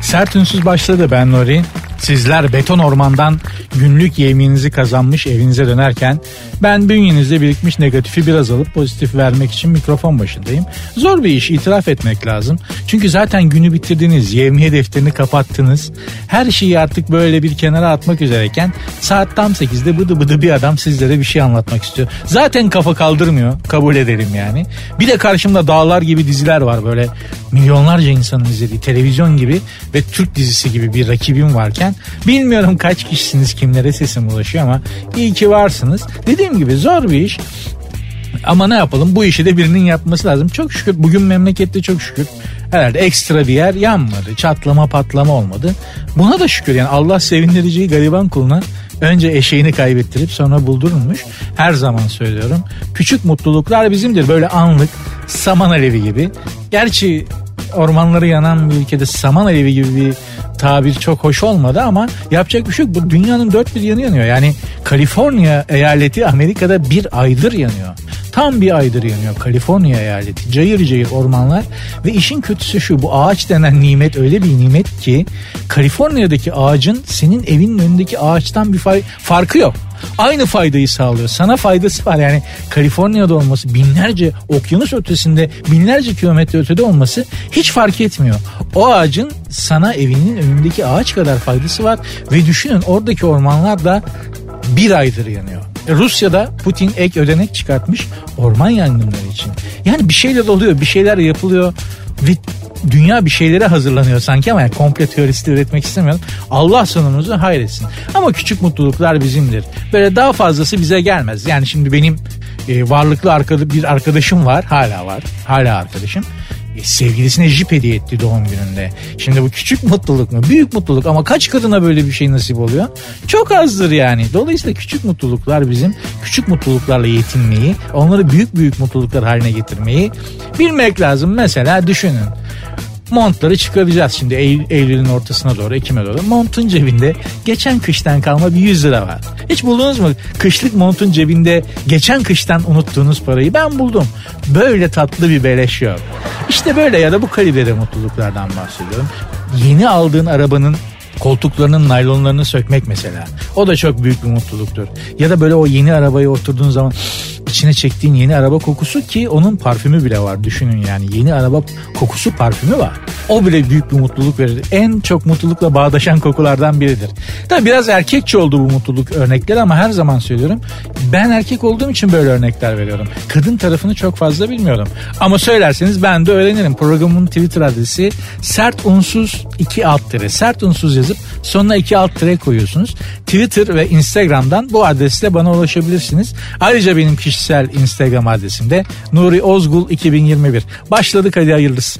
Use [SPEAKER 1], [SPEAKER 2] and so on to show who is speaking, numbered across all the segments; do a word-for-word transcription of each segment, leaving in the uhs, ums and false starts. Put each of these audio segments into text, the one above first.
[SPEAKER 1] Sert Ünsüz başladı, ben Nuri. Sizler beton ormandan günlük yemeğinizi kazanmış evinize dönerken ben bünyenizde birikmiş negatifi biraz alıp pozitif vermek için mikrofon başındayım. Zor bir iş, itiraf etmek lazım. Çünkü zaten günü bitirdiniz, yevmiye defterini kapattınız. Her şeyi artık böyle bir kenara atmak üzereyken saat tam sekizde bıdı bıdı bir adam sizlere bir şey anlatmak istiyor. Zaten kafa kaldırmıyor, kabul edelim yani. Bir de karşımda dağlar gibi diziler var, böyle milyonlarca insanın izlediği televizyon gibi ve Türk dizisi gibi bir rakibim varken bilmiyorum kaç kişisiniz, kimlere sesim ulaşıyor ama iyi ki varsınız. Dediğim gibi zor bir iş ama ne yapalım, bu işi de birinin yapması lazım. Çok şükür bugün memlekette çok şükür herhalde ekstra bir yer yanmadı, çatlama patlama olmadı. Buna da şükür yani, Allah sevindireceği gariban kuluna önce eşeğini kaybettirip sonra buldurulmuş. Her zaman söylüyorum, küçük mutluluklar bizimdir, böyle anlık saman alevi gibi. Gerçi ormanları yanan bir ülkede saman alevi gibi bir tabir çok hoş olmadı ama yapacak bir şey yok. Bu dünyanın dört bir yanı yanıyor. Yani Kaliforniya eyaleti Amerika'da bir aydır yanıyor. Tam bir aydır yanıyor Kaliforniya eyaleti. Cayır cayır ormanlar ve işin kötüsü şu, bu ağaç denen nimet öyle bir nimet ki Kaliforniya'daki ağacın senin evinin önündeki ağaçtan bir fay- farkı yok. Aynı faydayı sağlıyor. Sana faydası var. Yani Kaliforniya'da olması, binlerce okyanus ötesinde, binlerce kilometre ötede olması hiç fark etmiyor. O ağacın sana evinin önündeki ağaç kadar faydası var ve düşünün, oradaki ormanlar da bir aydır yanıyor. Rusya'da Putin ek ödenek çıkartmış orman yangınları için. Yani bir şeyler oluyor, bir şeyler yapılıyor ve dünya bir şeylere hazırlanıyor sanki ama yani komple teorisi üretmek istemiyorum. Allah sonumuzu hayretsin. Ama küçük mutluluklar bizimdir. Böyle daha fazlası bize gelmez. Yani şimdi benim e, varlıklı arkada, bir arkadaşım var. Hala var. Hala arkadaşım. E, sevgilisine jip hediye etti doğum gününde. Şimdi bu küçük mutluluk mu? Büyük mutluluk ama kaç kadına böyle bir şey nasip oluyor? Çok azdır yani. Dolayısıyla küçük mutluluklar bizim. Küçük mutluluklarla yetinmeyi, onları büyük büyük mutluluklar haline getirmeyi bilmek lazım. Mesela düşünün. Montları çıkaracağız şimdi Eylül, Eylül'ün ortasına doğru, Ekim'e doğru. Montun cebinde geçen kıştan kalma bir yüz lira var. Hiç buldunuz mu? Kışlık montun cebinde geçen kıştan unuttuğunuz parayı ben buldum. Böyle tatlı bir beleş yok. İşte böyle ya da bu kalibrede mutluluklardan bahsediyorum. Yeni aldığın arabanın koltuklarının naylonlarını sökmek mesela. O da çok büyük bir mutluluktur. Ya da böyle o yeni arabaya oturduğun zaman içine çektiğin yeni araba kokusu, ki onun parfümü bile var, düşünün yani. Yeni araba kokusu, parfümü var. O bile büyük bir mutluluk verir. En çok mutlulukla bağdaşan kokulardan biridir. Tabii biraz erkekçe oldu bu mutluluk örnekleri ama her zaman söylüyorum, ben erkek olduğum için böyle örnekler veriyorum. Kadın tarafını çok fazla bilmiyorum. Ama söylerseniz ben de öğrenirim. Programın Twitter adresi sert unsuz iki alt tire. Sert unsuz yazıp sonuna iki alt tire koyuyorsunuz. Twitter ve Instagram'dan bu adresle bana ulaşabilirsiniz. Ayrıca benim kişisel Instagram adresim de Nuri Ozgul iki bin yirmi bir. Başladık, hadi hayırlısı.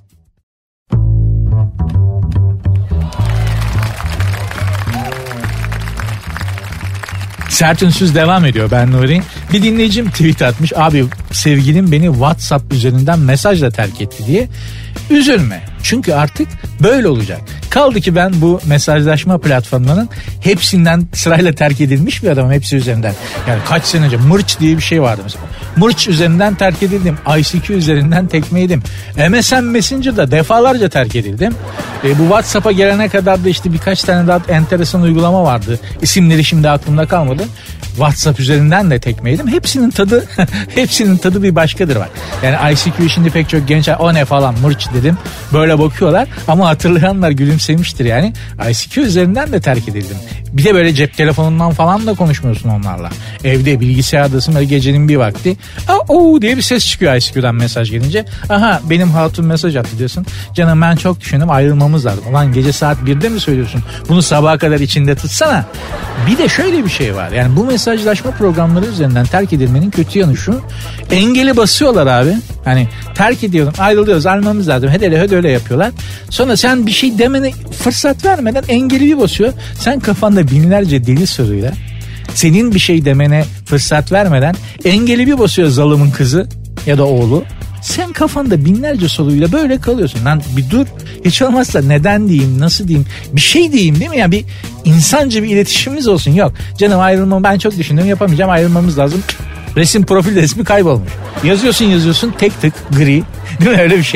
[SPEAKER 1] Sert Ünsüz devam ediyor, ben Nuri. Bir dinleyicim tweet atmış, abi sevgilim beni WhatsApp üzerinden mesajla terk etti diye. Üzülme, çünkü artık böyle olacak. Kaldı ki ben bu mesajlaşma platformlarının hepsinden sırayla terk edilmiş bir adamım, hepsi üzerinden. Yani kaç sene önce Mırç diye bir şey vardı mesela. Mırç üzerinden terk edildim. I C Q üzerinden tekme yedim. M S N Messenger'da defalarca terk edildim. E, bu WhatsApp'a gelene kadar da işte birkaç tane daha enteresan uygulama vardı. İsimleri şimdi aklımda kalmadı. WhatsApp üzerinden de tekme yedim. Hepsinin tadı hepsinin tadı bir başkadır var. Yani I C Q şimdi pek çok genç o ne falan Mırç dedim. Böyle bakıyorlar ama hatırlayanlar gülümsemiştir yani. I C Q üzerinden de terk edildim. Bir de böyle cep telefonundan falan da konuşmuyorsun onlarla. Evde bilgisayardasın ve gecenin bir vakti o diye bir ses çıkıyor I C Q'dan mesaj gelince. Aha benim hatun mesaj attı diyorsun. Canım ben çok düşündüm, ayrılmamız lazım. Ulan gece saat birde mi söylüyorsun? Bunu sabaha kadar içinde tutsana. Bir de şöyle bir şey var. Yani bu mesajlaşma programları üzerinden terk edilmenin kötü yanı şu. Engeli basıyorlar abi. Hani terk ediyorum, ayrılıyoruz, ayrılmamız lazım. Hadi öyle öyle yapıyorlar. Sonra sen bir şey demene fırsat vermeden engeli bir basıyor. Sen kafanda binlerce deli soruyla senin bir şey demene fırsat vermeden engeli bir basıyor zalımın kızı ya da oğlu. Sen kafanda binlerce soruyla böyle kalıyorsun. Lan bir dur. Hiç olmazsa neden diyeyim, nasıl diyeyim, bir şey diyeyim değil mi? Yani bir insancı bir iletişimimiz olsun. Yok. Canım ayrılmamı ben çok düşündüm, yapamayacağım, ayrılmamız lazım. Resim profil resmi kaybolmuş. Yazıyorsun yazıyorsun tek tık gri. Değil mi? Öyle bir şey var.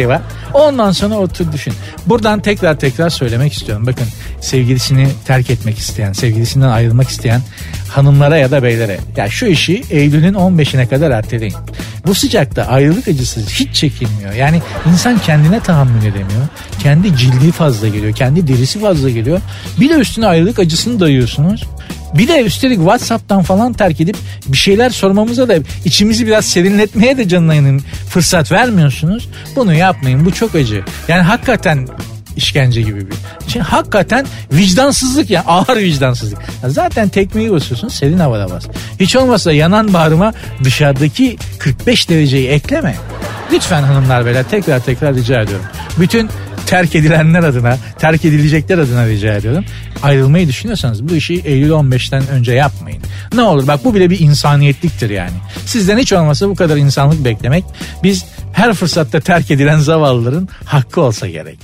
[SPEAKER 1] Ondan sonra otur düşün. Buradan tekrar tekrar söylemek istiyorum. Bakın, sevgilisini terk etmek isteyen, sevgilisinden ayrılmak isteyen hanımlara ya da beylere, ya şu işi Eylül'ün on beşine kadar erteleyin. Bu sıcakta ayrılık acısı hiç çekilmiyor. Yani insan kendine tahammül edemiyor. Kendi cildi fazla geliyor. Kendi derisi fazla geliyor. Bir de üstüne ayrılık acısını dayıyorsunuz. Bir de üstelik WhatsApp'tan falan terk edip bir şeyler sormamıza da, içimizi biraz serinletmeye de canına fırsat vermiyorsunuz. Bunu yapmayın. Bu çok acı. Yani hakikaten işkence gibi bir. Şimdi hakikaten vicdansızlık, yani ağır vicdansızlık. Ya zaten tekmeyi basıyorsun, serin havada bas. Hiç olmazsa yanan bağrıma dışarıdaki kırk beş dereceyi ekleme. Lütfen hanımlar beyler, tekrar tekrar rica ediyorum. Bütün terk edilenler adına, terk edilecekler adına rica ediyorum. Ayrılmayı düşünüyorsanız bu işi Eylül on beşten önce yapmayın. Ne olur bak, bu bile bir insaniyetliktir yani. Sizden hiç olmasa bu kadar insanlık beklemek, biz her fırsatta terk edilen zavallıların hakkı olsa gerek.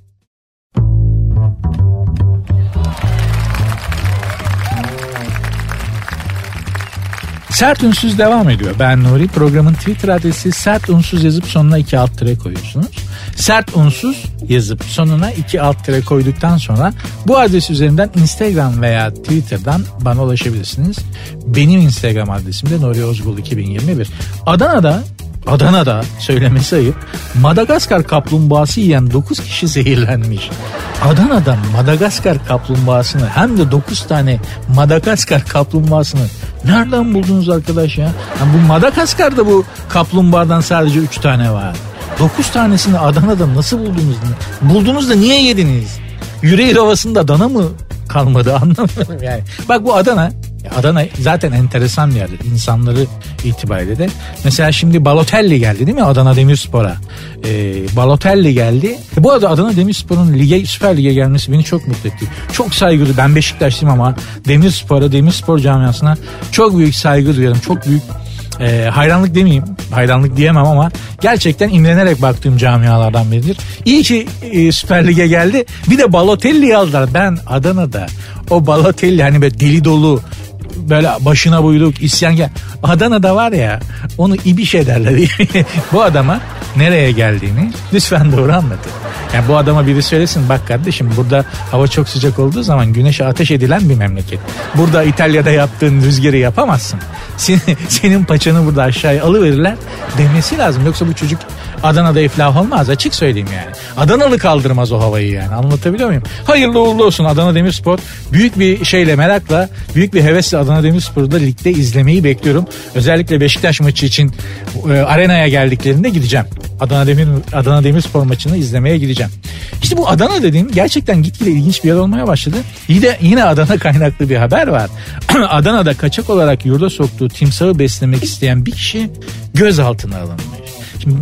[SPEAKER 1] Sert Unsuz devam ediyor. Ben Nuri. Programın Twitter adresi Sert Unsuz yazıp sonuna iki alt tire koyuyorsunuz. Sert Unsuz yazıp sonuna iki alt tire koyduktan sonra bu adres üzerinden Instagram veya Twitter'dan bana ulaşabilirsiniz. Benim Instagram adresim de Nuri Ozgul iki bin yirmi bir. Adana'da Adana'da söylemesi ayıp, Madagaskar kaplumbağası yiyen dokuz kişi zehirlenmiş. Adana'da Madagaskar kaplumbağasını, hem de dokuz tane Madagaskar kaplumbağasını nereden buldunuz arkadaş ya? Yani bu Madagaskar'da bu kaplumbağadan sadece üç tane var. dokuz tanesini Adana'da nasıl buldunuz? Buldunuz da niye yediniz? Yüreğir Ovası'nda dana mı kalmadı, anlamıyorum yani. Bak bu Adana, Adana zaten enteresan bir yerdir insanları itibariyle de. Mesela şimdi Balotelli geldi değil mi Adana Demirspor'a? Ee, Balotelli geldi. E bu arada Adana Demirspor'un lige, Süper Lig'e gelmesi beni çok mutlu etti. Çok saygı, ben Beşiktaşlıyım ama Demirspor'a, Demirspor camiasına çok büyük saygı duyuyorum. Çok büyük E, hayranlık demeyeyim, hayranlık diyemem ama gerçekten imrenerek baktığım camialardan biridir. İyi ki e, Süper Lig'e geldi. Bir de Balotelli'yi aldılar. Ben Adana'da o Balotelli, hani böyle deli dolu, böyle başına buyruk, isyankar, Adana'da var ya, onu ibiş ederler. Bu adama nereye geldiğini lütfen doğru anlatın. Yani bu adama biri söylesin, bak kardeşim, burada hava çok sıcak olduğu zaman güneşe ateş edilen bir memleket. Burada İtalya'da yaptığın rüzgarı yapamazsın. Senin, senin paçanı burada aşağıya alıverirler demesi lazım. Yoksa bu çocuk Adana'da iflah olmaz, açık söyleyeyim yani. Adanalı kaldırmaz o havayı yani, anlatabiliyor muyum? Hayırlı uğurlu olsun Adana Demirspor. Büyük bir şeyle, merakla, büyük bir hevesle Adana Demirspor'u da ligde izlemeyi bekliyorum. Özellikle Beşiktaş maçı için e, arenaya geldiklerinde gideceğim. Adana Demir Adana Demirspor maçını izlemeye gideceğim. İşte bu Adana dediğim gerçekten gitgide ilginç bir yer olmaya başladı. Yine yine Adana kaynaklı bir haber var. Adana'da kaçak olarak yurda soktuğu timsahı beslemek isteyen bir kişi gözaltına alınmış. Şimdi,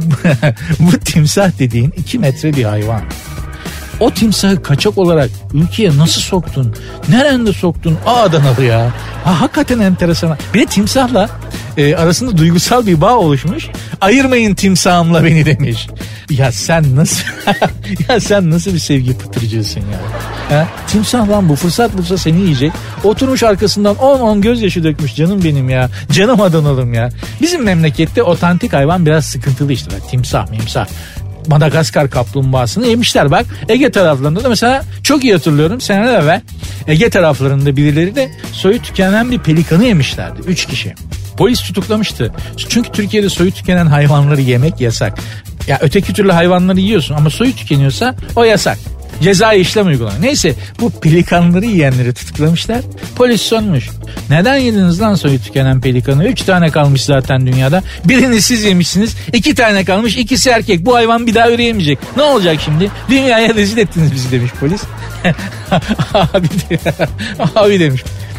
[SPEAKER 1] bu timsah dediğin iki metre bir hayvan. O timsahı kaçak olarak ülkeye nasıl soktun? Nerede soktun? Aa, Adanalı ya. Ha, hakikaten enteresan. Bir de timsahla e, arasında duygusal bir bağ oluşmuş. Ayırmayın timsahımla beni demiş. Ya sen nasıl ya sen nasıl bir sevgi pıtırcısın ya? Ha? Timsah lan bu, fırsat bulsa seni yiyecek. Oturmuş arkasından on on gözyaşı dökmüş, canım benim ya. Canım Adanalım ya. Bizim memlekette otantik hayvan biraz sıkıntılı işte. Bak, timsah mimsah. Madagaskar kaplumbağasını yemişler bak. Ege taraflarında da mesela çok iyi hatırlıyorum, seneler evvel Ege taraflarında birileri de soyu tükenen bir pelikanı yemişlerdi. Üç kişi. Polis tutuklamıştı. Çünkü Türkiye'de soyu tükenen hayvanları yemek yasak. Ya öteki türlü hayvanları yiyorsun ama soyu tükeniyorsa o yasak. Cezai işlem uygulanıyor. Neyse, bu pelikanları yiyenleri tutuklamışlar. Polis sormuş. Neden yediniz lan soyu tükenen pelikanı? Üç tane kalmış zaten dünyada. Birini siz yemişsiniz. İki tane kalmış. İkisi erkek. Bu hayvan bir daha üreyemeyecek. Ne olacak şimdi? Dünyaya rezil ettiniz bizi demiş polis. abi, de, abi demiş.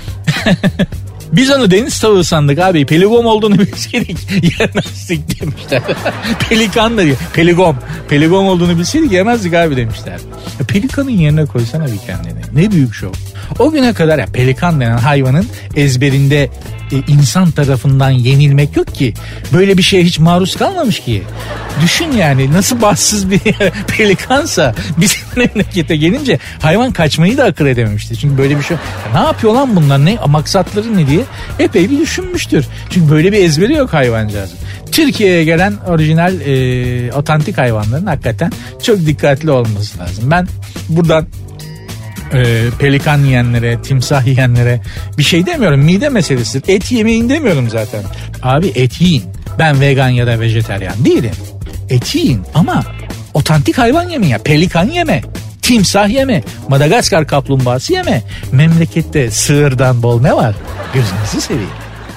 [SPEAKER 1] Biz onu deniz tavuğu sandık abi. Peligom olduğunu bilseydik yemezdik demişler. Pelikan da diyor. Peligom. Peligom olduğunu bilseydik yemezdik abi demişler. Ya pelikanın yerine koysana bir kendini. Ne büyük şov. O güne kadar ya pelikan denen hayvanın ezberinde e, insan tarafından yenilmek yok ki. Böyle bir şeye hiç maruz kalmamış ki. Düşün yani, nasıl bahtsız bir pelikansa bizim memlekete gelince hayvan kaçmayı da akıl edememişti. Çünkü böyle bir şey, ya ne yapıyor lan bunlar, ne maksatları ne diye epey bir düşünmüştür. Çünkü böyle bir ezberi yok hayvancağızın. Türkiye'ye gelen orijinal e, otantik hayvanların hakikaten çok dikkatli olması lazım. Ben buradan e, pelikan yiyenlere, timsah yiyenlere bir şey demiyorum. Mide meselesidir. Et yemeyin demiyorum zaten. Abi et yiyin. Ben vegan ya da vejeteryan değilim. Et yiyin ama otantik hayvan yemeyin. Pelikan yeme. Timsah yeme, Madagaskar kaplumbağası yeme. Memlekette sığırdan bol ne var? Gözünüzü seveyim.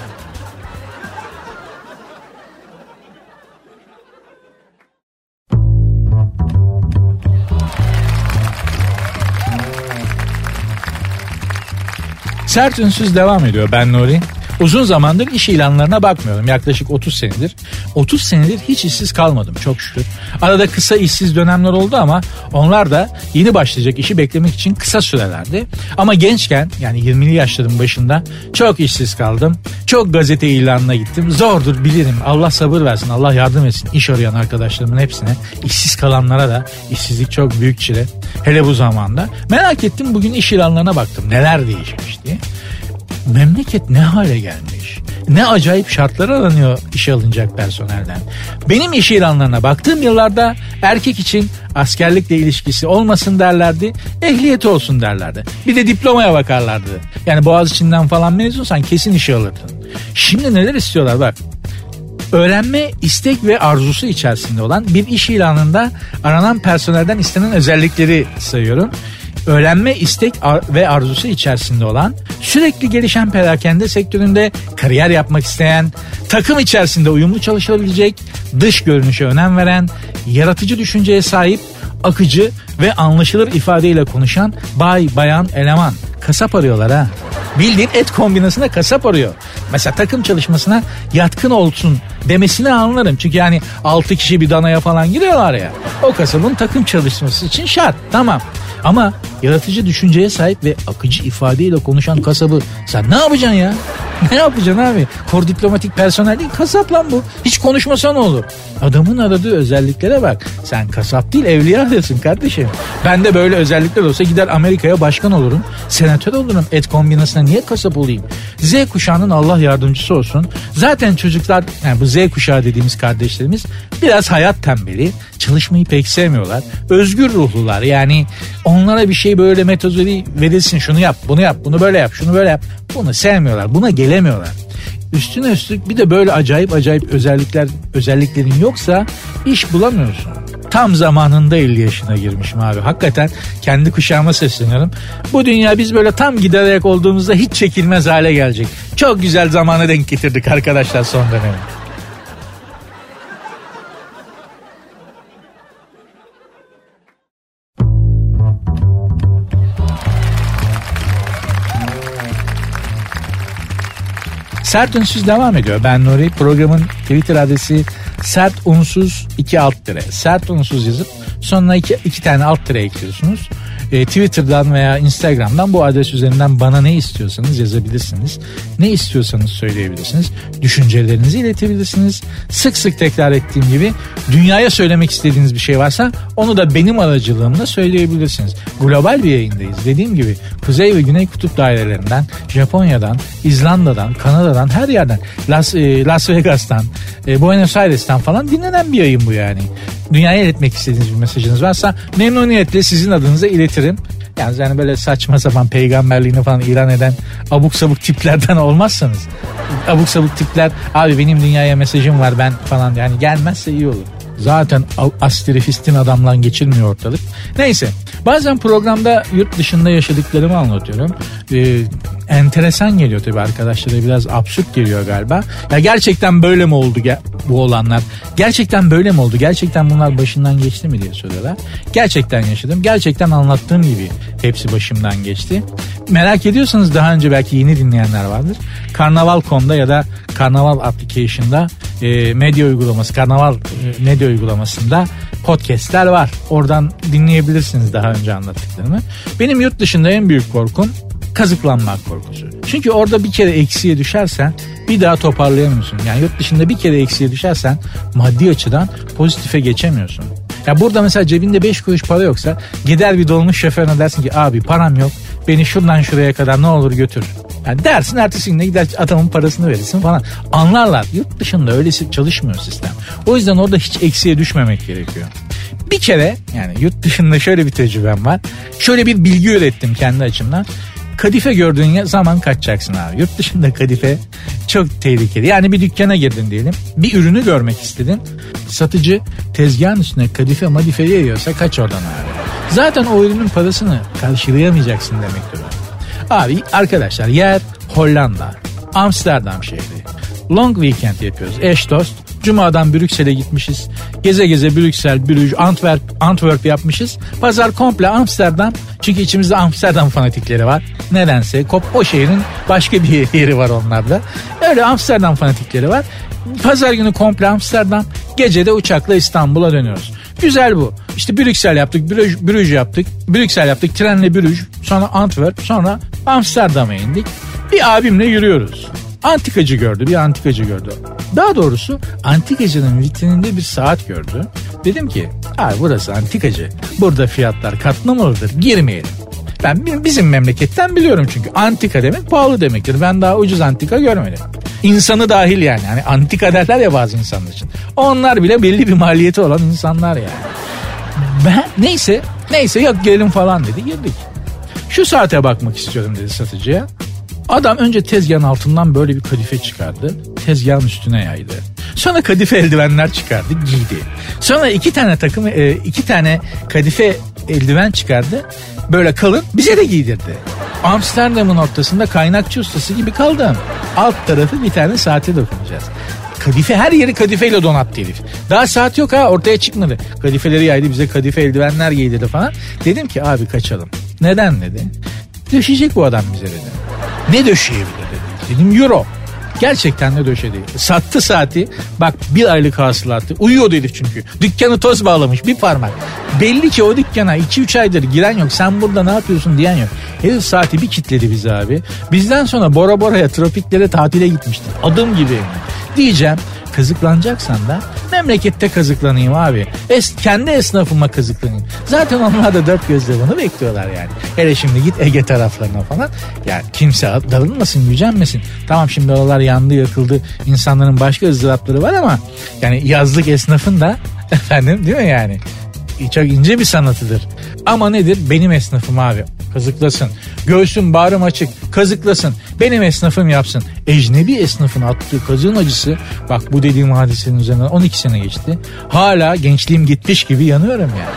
[SPEAKER 1] Sert Ünsüz devam ediyor. Ben Nuri. Uzun zamandır iş ilanlarına bakmıyorum. Yaklaşık otuz senedir. otuz senedir hiç işsiz kalmadım çok şükür. Arada kısa işsiz dönemler oldu ama onlar da yeni başlayacak işi beklemek için kısa sürelerdi. Ama gençken yani yirmili yaşların başında çok işsiz kaldım. Çok gazete ilanına gittim. Zordur bilirim. Allah sabır versin. Allah yardım etsin. İş arayan arkadaşlarımın hepsine. İşsiz kalanlara da işsizlik çok büyük çile. Hele bu zamanda. Merak ettim, bugün iş ilanlarına baktım. Neler değişmiş diye. Memleket ne hale gelmiş? Ne acayip şartlar aranıyor işe alınacak personelden. Benim iş ilanlarına baktığım yıllarda erkek için askerlikle ilişkisi olmasın derlerdi. Ehliyeti olsun derlerdi. Bir de diplomaya bakarlardı. Yani Boğaziçi'nden falan mezunsan kesin işe alırdın. Şimdi neler istiyorlar bak. Öğrenme, istek ve arzusu içerisinde olan bir iş ilanında aranan personelden istenen özellikleri sayıyorum. Öğrenme, istek ve arzusu içerisinde olan, sürekli gelişen perakende sektöründe kariyer yapmak isteyen, takım içerisinde uyumlu çalışabilecek, dış görünüşe önem veren, yaratıcı düşünceye sahip, akıcı ve anlaşılır ifadeyle konuşan bay, bayan, eleman. Kasap arıyorlar ha. Bildiğin et kombinasına kasap arıyor. Mesela takım çalışmasına yatkın olsun demesini anlarım. Çünkü yani altı kişi bir danaya falan giriyorlar ya. O kasabın takım çalışması için şart. Tamam. Ama yaratıcı düşünceye sahip ve akıcı ifadeyle konuşan kasabı sen ne yapacaksın ya? Ne yapacaksın abi? Kor diplomatik personel değil, kasap lan bu. Hiç konuşmasa ne olur? Adamın aradığı özelliklere bak. Sen kasap değil, evliya desin kardeşim. Ben de böyle özellikler olsa gider Amerika'ya başkan olurum. Senatör olurum. Et kombinasına niye kasap olayım? Z kuşağının Allah yardımcısı olsun. Zaten çocuklar, yani bu Z kuşağı dediğimiz kardeşlerimiz biraz hayat tembeli. Çalışmayı pek sevmiyorlar. Özgür ruhlular. Yani onlara bir şey böyle metodoloji verilsin. Şunu yap, bunu yap, bunu böyle yap, şunu böyle yap. Bunu sevmiyorlar. Buna gelemiyorlar. Üstüne üstlük bir de böyle acayip acayip özellikler özelliklerin yoksa iş bulamıyorsun. Tam zamanında elli yaşına girmişim abi. Hakikaten kendi kuşağıma sesleniyorum. Bu dünya biz böyle tam gider ayak olduğumuzda hiç çekilmez hale gelecek. Çok güzel zamana denk getirdik arkadaşlar son dönemi. Sert Ünsüz devam ediyor. Ben Nuri. Programın Twitter adresi sert unsuz iki alt tire. Sert unsuz yazıp sonuna iki, iki tane alt tire ekliyorsunuz. E, Twitter'dan veya Instagram'dan bu adres üzerinden bana ne istiyorsanız yazabilirsiniz. Ne istiyorsanız söyleyebilirsiniz. Düşüncelerinizi iletebilirsiniz. Sık sık tekrar ettiğim gibi dünyaya söylemek istediğiniz bir şey varsa onu da benim aracılığımla söyleyebilirsiniz. Global bir yayındayız. Dediğim gibi Kuzey ve Güney Kutup dairelerinden, Japonya'dan, İzlanda'dan, Kanada'dan, her yerden, Las, e, Las Vegas'tan, e, Buenos Aires'ten falan dinlenen bir yayın bu yani. Dünyaya iletmek istediğiniz bir mesajınız varsa memnuniyetle sizin adınıza iletirim. Yani, yani böyle saçma sapan peygamberliğini falan ilan eden abuk sabuk tiplerden olmazsanız. Abuk sabuk tipler abi benim dünyaya mesajım var ben falan, yani gelmezse iyi olur. Zaten astrifistin adamla geçilmiyor ortalık. Neyse, bazen programda yurt dışında yaşadıklarımı anlatıyorum. Ee, enteresan geliyor tabii arkadaşlara, biraz absürt geliyor galiba. Ya gerçekten böyle mi oldu bu olanlar? Gerçekten böyle mi oldu? Gerçekten bunlar başından geçti mi diye soruyorlar. Gerçekten yaşadım. Gerçekten anlattığım gibi hepsi başımdan geçti. Merak ediyorsanız daha önce belki yeni dinleyenler vardır. Karnaval nokta com'da ya da Karnaval application'da e, medya uygulaması, Karnaval e, medya uygulamasında podcastler var. Oradan dinleyebilirsiniz daha önce anlattıklarımı. Benim yurt dışında en büyük korkum kazıklanmak korkusu. Çünkü orada bir kere eksiye düşersen bir daha toparlayamıyorsun. Yani yurt dışında bir kere eksiye düşersen maddi açıdan pozitife geçemiyorsun. Ya burada mesela cebinde beş kuruş para yoksa gider bir dolmuş şoförüne dersin ki abi param yok, beni şuradan şuraya kadar ne olur götür. Yani dersin, ertesi günde gider adamın parasını verirsin falan. Anlarlar. Yurt dışında öylesi çalışmıyor sistem. O yüzden orada hiç eksiye düşmemek gerekiyor. Bir kere yani yurt dışında şöyle bir tecrübem var. Şöyle bir bilgi ürettim kendi açımdan. Kadife gördüğün zaman kaçacaksın abi. Yurt dışında kadife çok tehlikeli. Yani bir dükkana girdin diyelim. Bir ürünü görmek istedin. Satıcı tezgahın üstüne kadife madife yiyorsa kaç oradan abi. Zaten o ürünün parasını karşılayamayacaksın demektir. Abi arkadaşlar yer Hollanda. Amsterdam şehri. Long weekend yapıyoruz. Eş dost. Cuma'dan Brüksel'e gitmişiz. Geze geze Brüksel, Brüj, Antwerp, Antwerp yapmışız. Pazar komple Amsterdam. Çünkü içimizde Amsterdam fanatikleri var. Nedense o şehrin başka bir yeri var onlarda. Öyle Amsterdam fanatikleri var. Pazar günü komple Amsterdam. Gece de uçakla İstanbul'a dönüyoruz. Güzel bu. İşte Brüksel yaptık, Brüj, Brüj yaptık. Brüksel yaptık, trenle Brüj. Sonra Antwerp, sonra Amsterdam'a indik. Bir abimle yürüyoruz. Antikacı gördü, bir antikacı gördü. Daha doğrusu antikacının vitrininde bir saat gördü. Dedim ki, abi burası antikacı. Burada fiyatlar katlanmalıdır, girmeyelim. Ben bizim memleketten biliyorum çünkü. Antika demek pahalı demektir. Ben daha ucuz antika görmedim. İnsanı dahil yani. Yani antika derler ya bazı insanlar için. Onlar bile belli bir maliyeti olan insanlar yani. Ben neyse, neyse yok gelelim falan dedi, girdik. Şu saate bakmak istiyorum dedi satıcıya. Adam önce tezgahın altından böyle bir kadife çıkardı. Tezgahın üstüne yaydı. Sonra kadife eldivenler çıkardı, giydi. Sonra iki tane takım, iki tane kadife eldiven çıkardı. Böyle kalın, bize de giydirdi. Amsterdam'ın ortasında kaynakçı ustası gibi kaldım. Alt tarafı bir tane saate dokunacağız. Kadife, her yeri kadifeyle donattı herif. Daha saat yok ha, ortaya çıkmadı. Kadifeleri yaydı, bize kadife eldivenler giydirdi falan. Dedim ki abi kaçalım. Neden dedi. Döşeyecek bu adam bize dedi. Ne döşeyebilir dedi. Dedim euro. Gerçekten de döşedi. Sattı saati. Bak bir aylık hasılatı. Uyuyordu herif çünkü. Dükkanı toz bağlamış bir parmak. Belli ki o dükkana iki üç aydır giren yok. Sen burada ne yapıyorsun diyen yok. Herif saati bir kitledi bizi abi. Bizden sonra Bora Bora'ya, tropiklere tatile gitmiştik. Adım gibi. Diyeceğim, kazıklanacaksan da memlekette kazıklanayım abi. Es, kendi esnafıma kazıklanayım. Zaten onlar da dört gözle bunu bekliyorlar yani. Hele şimdi git Ege taraflarına falan. Yani kimse darılmasın, gücenmesin. Tamam şimdi oralar yandı, yakıldı. İnsanların başka ızdırapları var ama yani yazlık esnafın da efendim değil mi yani? Çok ince bir sanatıdır. Ama nedir? Benim esnafım abi. Kazıklasın. Göğsüm bağrım açık. Kazıklasın. Benim esnafım yapsın. Ecnebi esnafın attığı kazığın acısı. Bak bu dediğim hadisenin üzerinden on iki sene geçti. Hala gençliğim gitmiş gibi yanıyorum yani.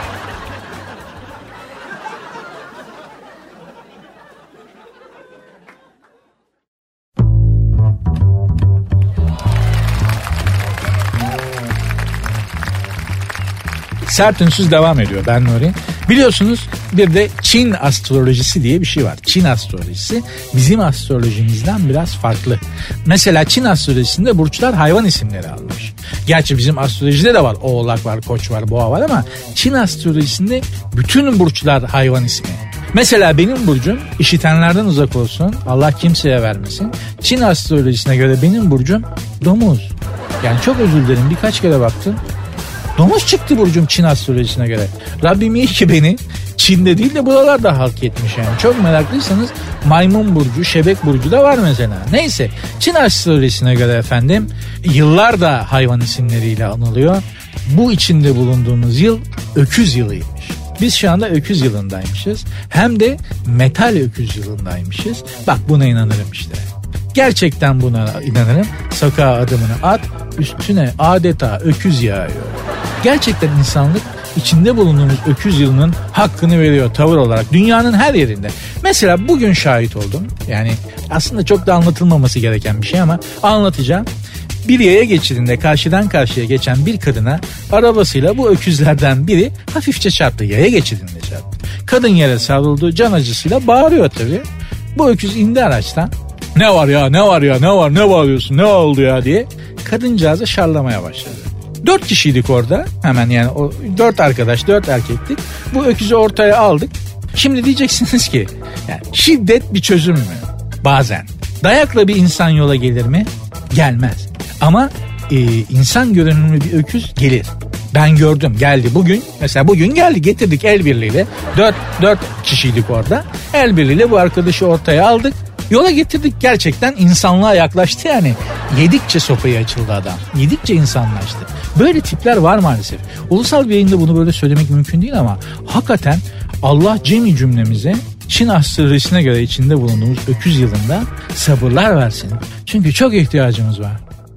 [SPEAKER 1] Sert Ünsüz devam ediyor. Ben Nuri. Biliyorsunuz bir de Çin astrolojisi diye bir şey var. Çin astrolojisi bizim astrolojimizden biraz farklı. Mesela Çin astrolojisinde burçlar hayvan isimleri almış. Gerçi bizim astrolojide de var. Oğlak var, Koç var, Boğa var ama Çin astrolojisinde bütün burçlar hayvan ismi. Mesela benim burcum, işitenlerden uzak olsun, Allah kimseye vermesin. Çin astrolojisine göre benim burcum domuz. Yani çok özür dilerim, birkaç kere baktım. Domuz çıktı burcum Çin astrolojisine göre. Rabbim iyi ki beni Çin'de değil de buralarda halk etmiş yani. Çok meraklıysanız maymun burcu, şebek burcu da var mesela. Neyse, Çin astrolojisine göre efendim yıllar da hayvan isimleriyle anılıyor. Bu içinde bulunduğumuz yıl öküz yılıymış. Biz şu anda öküz yılındaymışız. Hem de metal öküz yılındaymışız. Bak buna inanırım işte. Gerçekten buna inanırım. Sokağa adımını at, üstüne adeta öküz yağıyor. Gerçekten insanlık içinde bulunduğumuz öküz yılının hakkını veriyor tavır olarak dünyanın her yerinde. Mesela bugün şahit oldum. Yani aslında çok da anlatılmaması gereken bir şey ama anlatacağım. Bir yaya geçidinde karşıdan karşıya geçen bir kadına arabasıyla bu öküzlerden biri hafifçe çarptı. Yaya geçidinde çarptı. Kadın yere savruldu, can acısıyla bağırıyor tabii. Bu öküz indi araçtan. Ne var ya, ne var ya, ne var, ne bağırıyorsun, ne oldu ya diye kadıncağızı şarlamaya başladı. Dört kişiydik orada, hemen yani o dört arkadaş, dört erkektik. Bu öküzü ortaya aldık. Şimdi diyeceksiniz ki yani şiddet bir çözüm mü? Bazen. Dayakla bir insan yola gelir mi? Gelmez. Ama e, insan görünümlü bir öküz gelir. Ben gördüm, geldi bugün. Mesela bugün geldi, getirdik el birliğiyle. Dört, dört kişiydik orada. El birliğiyle bu arkadaşı ortaya aldık. Yola getirdik, gerçekten insanlığa yaklaştı yani. Yedikçe sopayı açıldı adam. Yedikçe insanlaştı. Böyle tipler var maalesef. Ulusal bir yayında bunu böyle söylemek mümkün değil ama hakikaten Allah cemi cümlemize Çin astrolojisine göre içinde bulunduğumuz öküz yılında sabırlar versin. Çünkü çok ihtiyacımız var.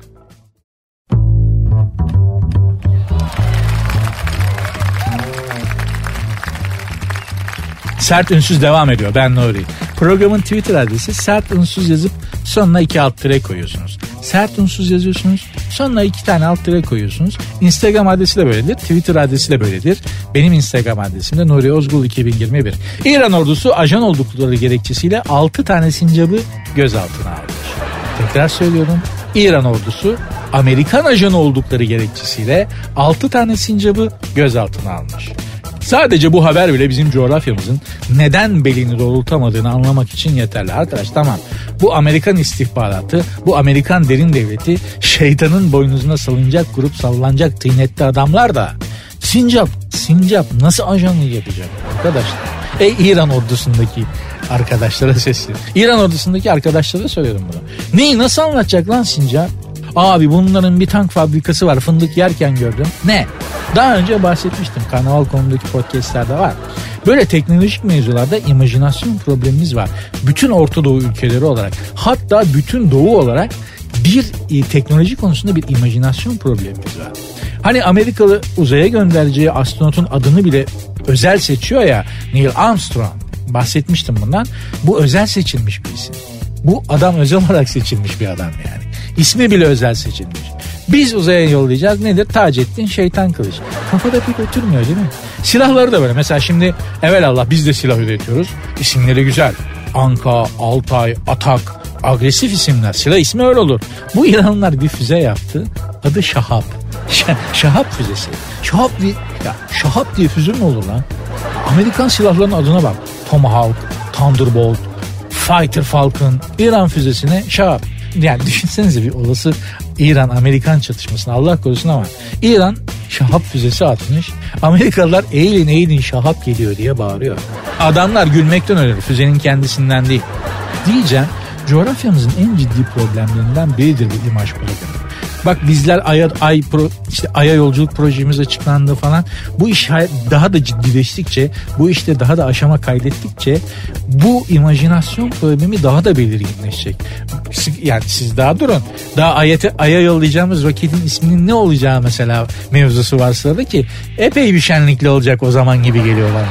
[SPEAKER 1] Sert Ünsüz devam ediyor. Ben Nuri. Programın Twitter adresi Sert Ünsüz yazıp sonuna iki alt tire koyuyorsunuz. Sert Ünsüz yazıyorsunuz. Sonuna iki tane alt tire koyuyorsunuz. Instagram adresi de böyledir. Twitter adresi de böyledir. Benim Instagram adresim de Nuri Ozgul iki bin yirmi bir. İran ordusu ajan oldukları gerekçesiyle altı tane sincabı gözaltına almış. Tekrar söylüyorum. İran ordusu Amerikan ajanı oldukları gerekçesiyle altı tane sincabı gözaltına almış. Sadece bu haber bile bizim coğrafyamızın neden belini doğrultamadığını anlamak için yeterli. Arkadaş tamam, bu Amerikan istihbaratı, bu Amerikan derin devleti şeytanın boynuzuna salınacak grup, sallanacak tıynetli adamlar da sincap, sincap nasıl ajanlığı yapacak arkadaşlar? Ey İran ordusundaki arkadaşlara sesli. İran ordusundaki arkadaşlara söylüyorum bunu. Neyi nasıl anlatacak lan sincap? Abi bunların bir tank fabrikası var, fındık yerken gördüm. Ne? Daha önce bahsetmiştim. Karnaval konudaki podcastlerde var. Böyle teknolojik mevzularda imajinasyon problemimiz var. Bütün Orta Doğu ülkeleri olarak, hatta bütün Doğu olarak bir e, teknoloji konusunda bir imajinasyon problemimiz var. Hani Amerikalı uzaya göndereceği astronotun adını bile özel seçiyor ya, Neil Armstrong. Bahsetmiştim bundan. Bu özel seçilmiş bir isim. Bu adam özel olarak seçilmiş bir adam yani. İsmi bile özel seçilmiş. Biz uzaya yollayacağız. Nedir? Taceddin Şeytan Kılıç. Kafada pek oturmuyor değil mi? Silahları da böyle. Mesela şimdi evelallah biz de silah üretiyoruz. İsimleri güzel. Anka, Altay, Atak. Agresif isimler. Silah ismi öyle olur. Bu İranlılar bir füze yaptı. Adı Şahap. Ş- Şahap füzesi. Şahap diye, ya Şahap diye füze mi olur lan? Amerikan silahlarının adına bak. Tomahawk, Thunderbolt, Fighter Falcon. İran füzesine Şahap. Yani düşünsenize bir olası İran-Amerikan çatışmasını, Allah korusun ama İran Şahap füzesi atmış. Amerikalılar eğilin eğilin Şahap geliyor diye bağırıyor. Adamlar gülmekten ölür, füzenin kendisinden değil. Diyeceğim, coğrafyamızın en ciddi problemlerinden biridir bu imaj problemi. Bak bizler Ay'a, Ay pro, işte Ay'a yolculuk projemiz açıklandı falan. Bu iş daha da ciddileştikçe, bu işte daha da aşama kaydettikçe bu imajinasyon problemi daha da belirginleşecek. Yani siz daha durun. Daha Ay'a, Ay'a yollayacağımız roketin isminin ne olacağı mesela mevzusu var sırada ki epey bir şenlikli olacak o zaman gibi geliyor bana.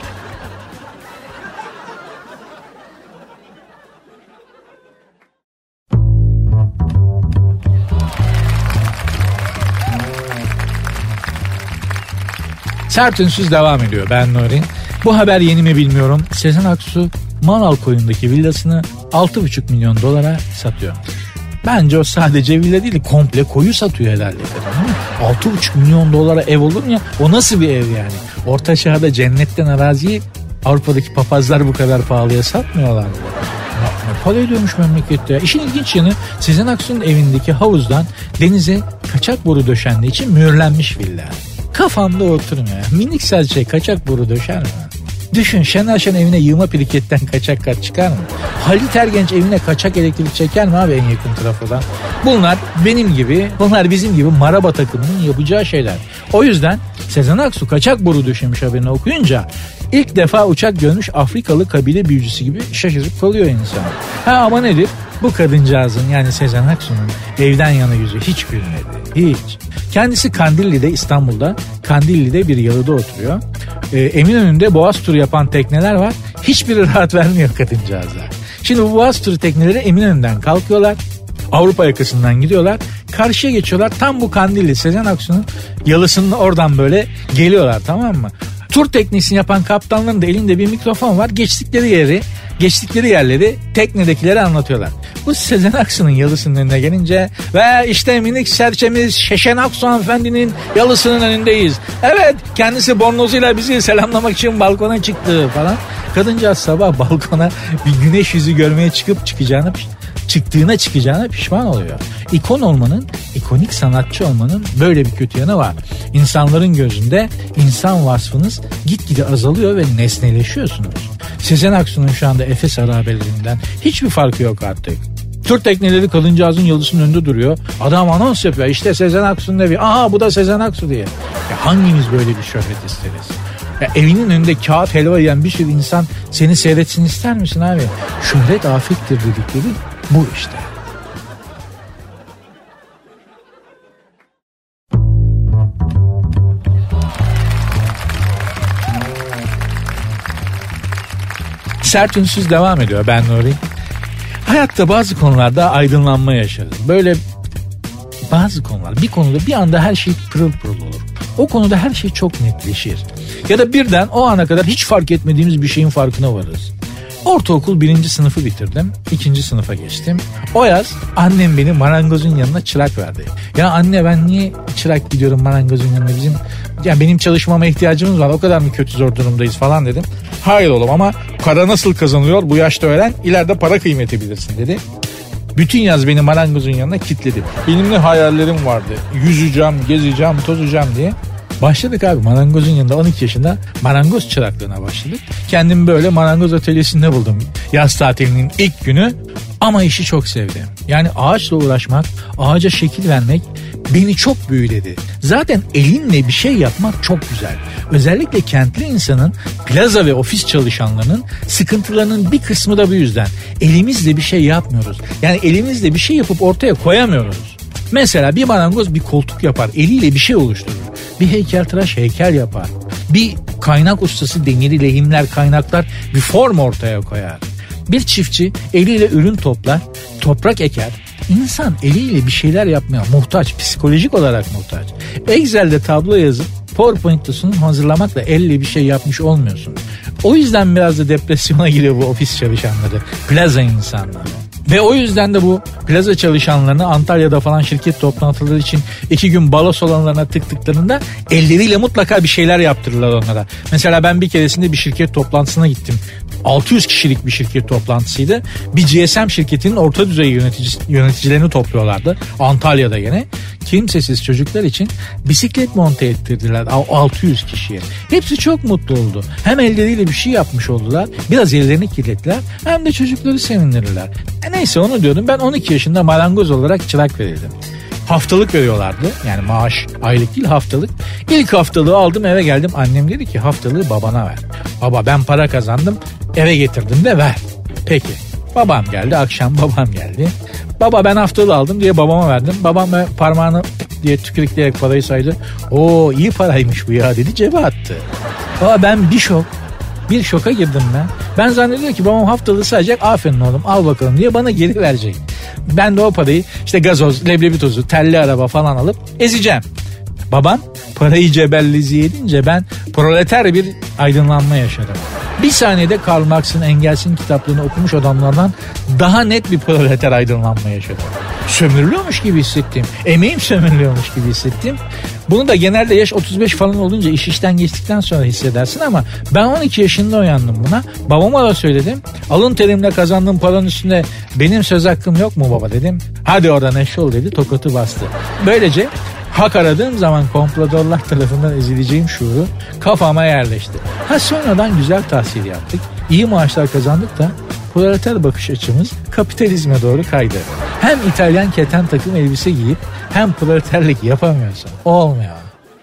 [SPEAKER 1] Sert Ünsüz devam ediyor. Ben Nuri. Bu haber yeni mi bilmiyorum. Sezen Aksu Manavkoyun'daki villasını altı buçuk milyon dolara satıyor. Bence o sadece villa değil, komple koyu satıyor herhalde. altı buçuk milyon dolara ev olur mu ya? O nasıl bir ev yani? Orta Çağ'da cennetten araziyi Avrupa'daki papazlar bu kadar pahalıya satmıyorlar mı? Ne para ediyormuş memlekette ya. İşin ilginç yanı Sezen Aksu'nun evindeki havuzdan denize kaçak boru döşendiği için mühürlenmiş villa. Kafamda oturmuyor ya. Minik serçe kaçak boru döşer mi? Düşün, Şener Şen evine yığma piriketten kaçak kat çıkar mı? Halit Ergenç evine kaçak elektrik çeker mi abi en yakın trafodan? Bunlar benim gibi, bunlar bizim gibi maraba takımının yapacağı şeyler. O yüzden Sezen Aksu kaçak boru döşemiş haberini okuyunca ilk defa uçak görmüş Afrikalı kabile büyücüsü gibi şaşırıp kalıyor insan. Ha ama nedir? Bu kadıncağızın yani Sezen Aksu'nun evden yana yüzü hiç gülmedi. Hiç. Kendisi Kandilli'de, İstanbul'da Kandilli'de bir yalıda oturuyor. Ee, Eminönü'nde boğaz turu yapan tekneler var. Hiçbiri rahat vermiyor kadıncağıza. Şimdi bu boğaz turu tekneleri Eminönü'nden kalkıyorlar. Avrupa yakasından gidiyorlar. Karşıya geçiyorlar. Tam bu Kandilli Sezen Aksu'nun yalısının oradan böyle geliyorlar, tamam mı? Tur teknesini yapan kaptanların da elinde bir mikrofon var. Geçtikleri yeri, geçtikleri yerleri teknedekileri anlatıyorlar. Bu Sezen Aksu'nun yalısının önüne gelince ve işte minik serçemiz Şeşen Aksu hanımefendinin yalısının önündeyiz. Evet, kendisi bornozuyla bizi selamlamak için balkona çıktı falan. Kadıncağız sabah balkona bir güneş yüzü görmeye çıkıp çıkacağını çıktığına çıkacağına pişman oluyor. İkon olmanın, ikonik sanatçı olmanın böyle bir kötü yanı var. İnsanların gözünde insan vasfınız gitgide azalıyor ve nesneleşiyorsunuz. Sezen Aksu'nun şu anda Efes harabelerinden hiçbir farkı yok artık. Türk tekneleri kadıncağızın yıldızının önünde duruyor. Adam anons yapıyor. İşte Sezen Aksu'nun evi. Aha bu da Sezen Aksu diye. Ya hangimiz böyle bir şöhret isteriz? Ya evinin önünde kağıt helva yiyen bir sürü insan seni seyretsin ister misin abi? Şöhret afettir dedikleri bu işte. Sert Ünsüz devam ediyor. Ben Nuri. Hayatta bazı konularda aydınlanma yaşarız. Böyle bazı konular, bir konuda bir anda her şey pırıl pırıl olur. O konuda her şey çok netleşir. Ya da birden o ana kadar hiç fark etmediğimiz bir şeyin farkına varırız. Ortaokul birinci sınıfı bitirdim. ikinci sınıfa geçtim. O yaz annem beni marangozun yanına çırak verdi. Ya anne ben niye çırak gidiyorum marangozun yanına, bizim ya benim çalışmama ihtiyacımız var, o kadar mı kötü zor durumdayız falan dedim. Hayır oğlum ama para nasıl kazanılıyor bu yaşta öğren, ileride para kıymeti bilirsin dedi. Bütün yaz beni marangozun yanına kilitledi. Benim ne hayallerim vardı. Yüzeceğim, gezeceğim, tozacağım diye. Başladık abi marangozun yanında, on iki yaşında marangoz çıraklığına başladık. Kendimi böyle marangoz atölyesinde buldum yaz tatilinin ilk günü. Ama işi çok sevdim. Yani ağaçla uğraşmak, ağaca şekil vermek beni çok büyüledi. Zaten elinle bir şey yapmak çok güzel. Özellikle kentli insanın, plaza ve ofis çalışanlarının sıkıntılarının bir kısmı da bu yüzden. Elimizle bir şey yapmıyoruz. Yani elimizle bir şey yapıp ortaya koyamıyoruz. Mesela bir marangoz bir koltuk yapar, eliyle bir şey oluşturur. Bir heykeltıraş heykel yapar. Bir kaynak ustası demiri, lehimler, kaynaklar, bir form ortaya koyar. Bir çiftçi eliyle ürün toplar, toprak eker. İnsan eliyle bir şeyler yapmaya muhtaç, psikolojik olarak muhtaç. Excel'de tablo yazıp PowerPoint'te sunum hazırlamakla elle bir şey yapmış olmuyorsun. O yüzden biraz da depresyona giriyor bu ofis çalışanları, plaza insanları. Ve o yüzden de bu plaza çalışanlarını Antalya'da falan şirket toplantıları için iki gün balo salonlarına tıktıklarında elleriyle mutlaka bir şeyler yaptırırlar onlara. Mesela ben bir keresinde bir şirket toplantısına gittim. altı yüz kişilik bir şirket toplantısıydı. Bir G S M şirketinin orta düzey yönetici, yöneticilerini topluyorlardı. Antalya'da yine. Kimsesiz çocuklar için bisiklet monte ettirdiler altı yüz kişiye. Hepsi çok mutlu oldu. Hem elleriyle bir şey yapmış oldular. Biraz ellerini kirlettiler. Hem de çocukları sevindirirler. E neyse onu diyordum. Ben on iki yaşında marangoz olarak çırak verildim. Haftalık veriyorlardı. Yani maaş aylık değil, haftalık. İlk haftalığı aldım, eve geldim. Annem dedi ki haftalığı babana ver. Baba ben para kazandım, eve getirdim de ver. Peki. Babam geldi, akşam babam geldi. Baba ben haftalığı aldım diye babama verdim. Babam parmağını diye tükürükleyerek parayı saydı. Oo iyi paraymış bu ya dedi, cebe attı. Baba ben bir şok. Bir şoka girdim ben. Ben zannediyorum ki babam haftalığı sayacak, aferin oğlum al bakalım diye bana geri verecek. Ben de o parayı işte gazoz, leblebi tozu, telli araba falan alıp ezeceğim. Babam parayı cebellezi edince ben proleter bir aydınlanma yaşadım. Bir saniyede Karl Marx'ın, Engels'in kitaplarını okumuş adamlardan daha net bir proleter aydınlanma yaşadım. Sömürülüyormuş gibi hissettim. Emeğim sömürülüyormuş gibi hissettim. Bunu da genelde yaş otuz beş falan olunca, iş işten geçtikten sonra hissedersin ama ben on iki yaşında uyandım buna. Babama da söyledim. Alın terimle kazandığım paranın üstünde benim söz hakkım yok mu baba dedim. Hadi oradan eşol dedi, tokatı bastı. Böylece hak aradığım zaman kompradorlar tarafından ezileceğim şuuru kafama yerleşti. Ha sonradan güzel tahsil yaptık. İyi maaşlar kazandık da proleter bakış açımız kapitalizme doğru kaydı. Hem İtalyan keten takım elbise giyip hem proleterlik yapamıyorsun. Olmuyor.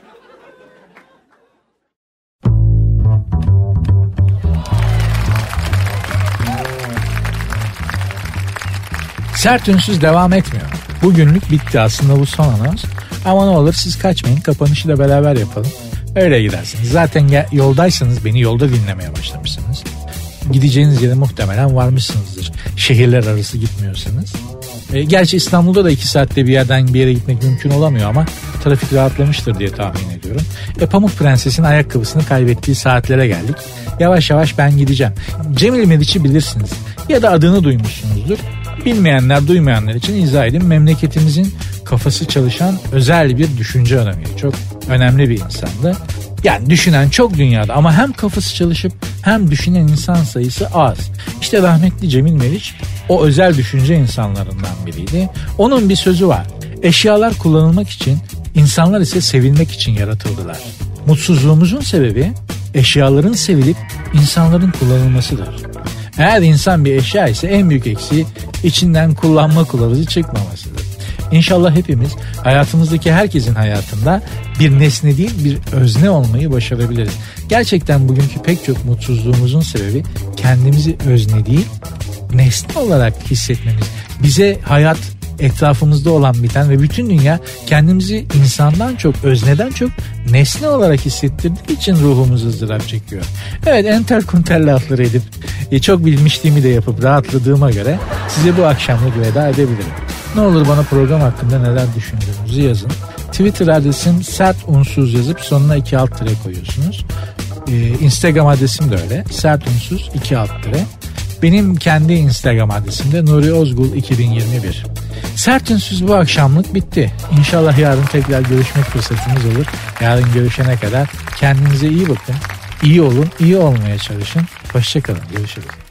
[SPEAKER 1] Sert Ünsüz devam etmiyor. Bugünlük bitti aslında bu son anons. Ama ne olur siz kaçmayın, kapanışı da beraber yapalım. Öyle gidersiniz. Zaten ya, yoldaysanız beni yolda dinlemeye başlamışsınız. Gideceğiniz yere muhtemelen varmışsınızdır. Şehirler arası gitmiyorsanız. E, gerçi İstanbul'da da iki saatte bir yerden bir yere gitmek mümkün olamıyor ama trafik rahatlamıştır diye tahmin ediyorum. E, Pamuk Prenses'in ayakkabısını kaybettiği saatlere geldik. Yavaş yavaş ben gideceğim. Cemil Meriç'i bilirsiniz ya da adını duymuşsunuzdur. Bilmeyenler, duymayanlar için izah edeyim. Memleketimizin kafası çalışan özel bir düşünce adamıydı. Çok önemli bir insandı. Yani düşünen çok dünyada ama hem kafası çalışıp hem düşünen insan sayısı az. İşte rahmetli Cemil Meriç o özel düşünce insanlarından biriydi. Onun bir sözü var. Eşyalar kullanılmak için, insanlar ise sevilmek için yaratıldılar. Mutsuzluğumuzun sebebi eşyaların sevilip insanların kullanılmasıdır. Eğer insan bir eşya ise en büyük eksiği içinden kullanma kılavuzu çıkmamasıdır. İnşallah hepimiz hayatımızdaki herkesin hayatında bir nesne değil bir özne olmayı başarabiliriz. Gerçekten bugünkü pek çok mutsuzluğumuzun sebebi kendimizi özne değil nesne olarak hissetmemiz. Bize hayat, etrafımızda olan biten ve bütün dünya kendimizi insandan çok, özneden çok nesne olarak hissettirdiği için ruhumuz ızdırap çekiyor. Evet, entel kuntel lafları edip e, çok bilmişliğimi de yapıp rahatladığıma göre size bu akşamlık veda edebilirim. Ne olur bana program hakkında neler düşündüğünüzü yazın. Twitter adresim sert unsuz yazıp sonuna iki alt tire koyuyorsunuz. Ee, Instagram adresim de öyle. Sert unsuz iki alt tire. Benim kendi Instagram adresim de Nuri Ozgul iki bin yirmi bir. Sert unsuz bu akşamlık bitti. İnşallah yarın tekrar görüşmek fırsatımız olur. Yarın görüşene kadar kendinize iyi bakın. İyi olun, iyi olmaya çalışın. Hoşçakalın. Görüşürüz.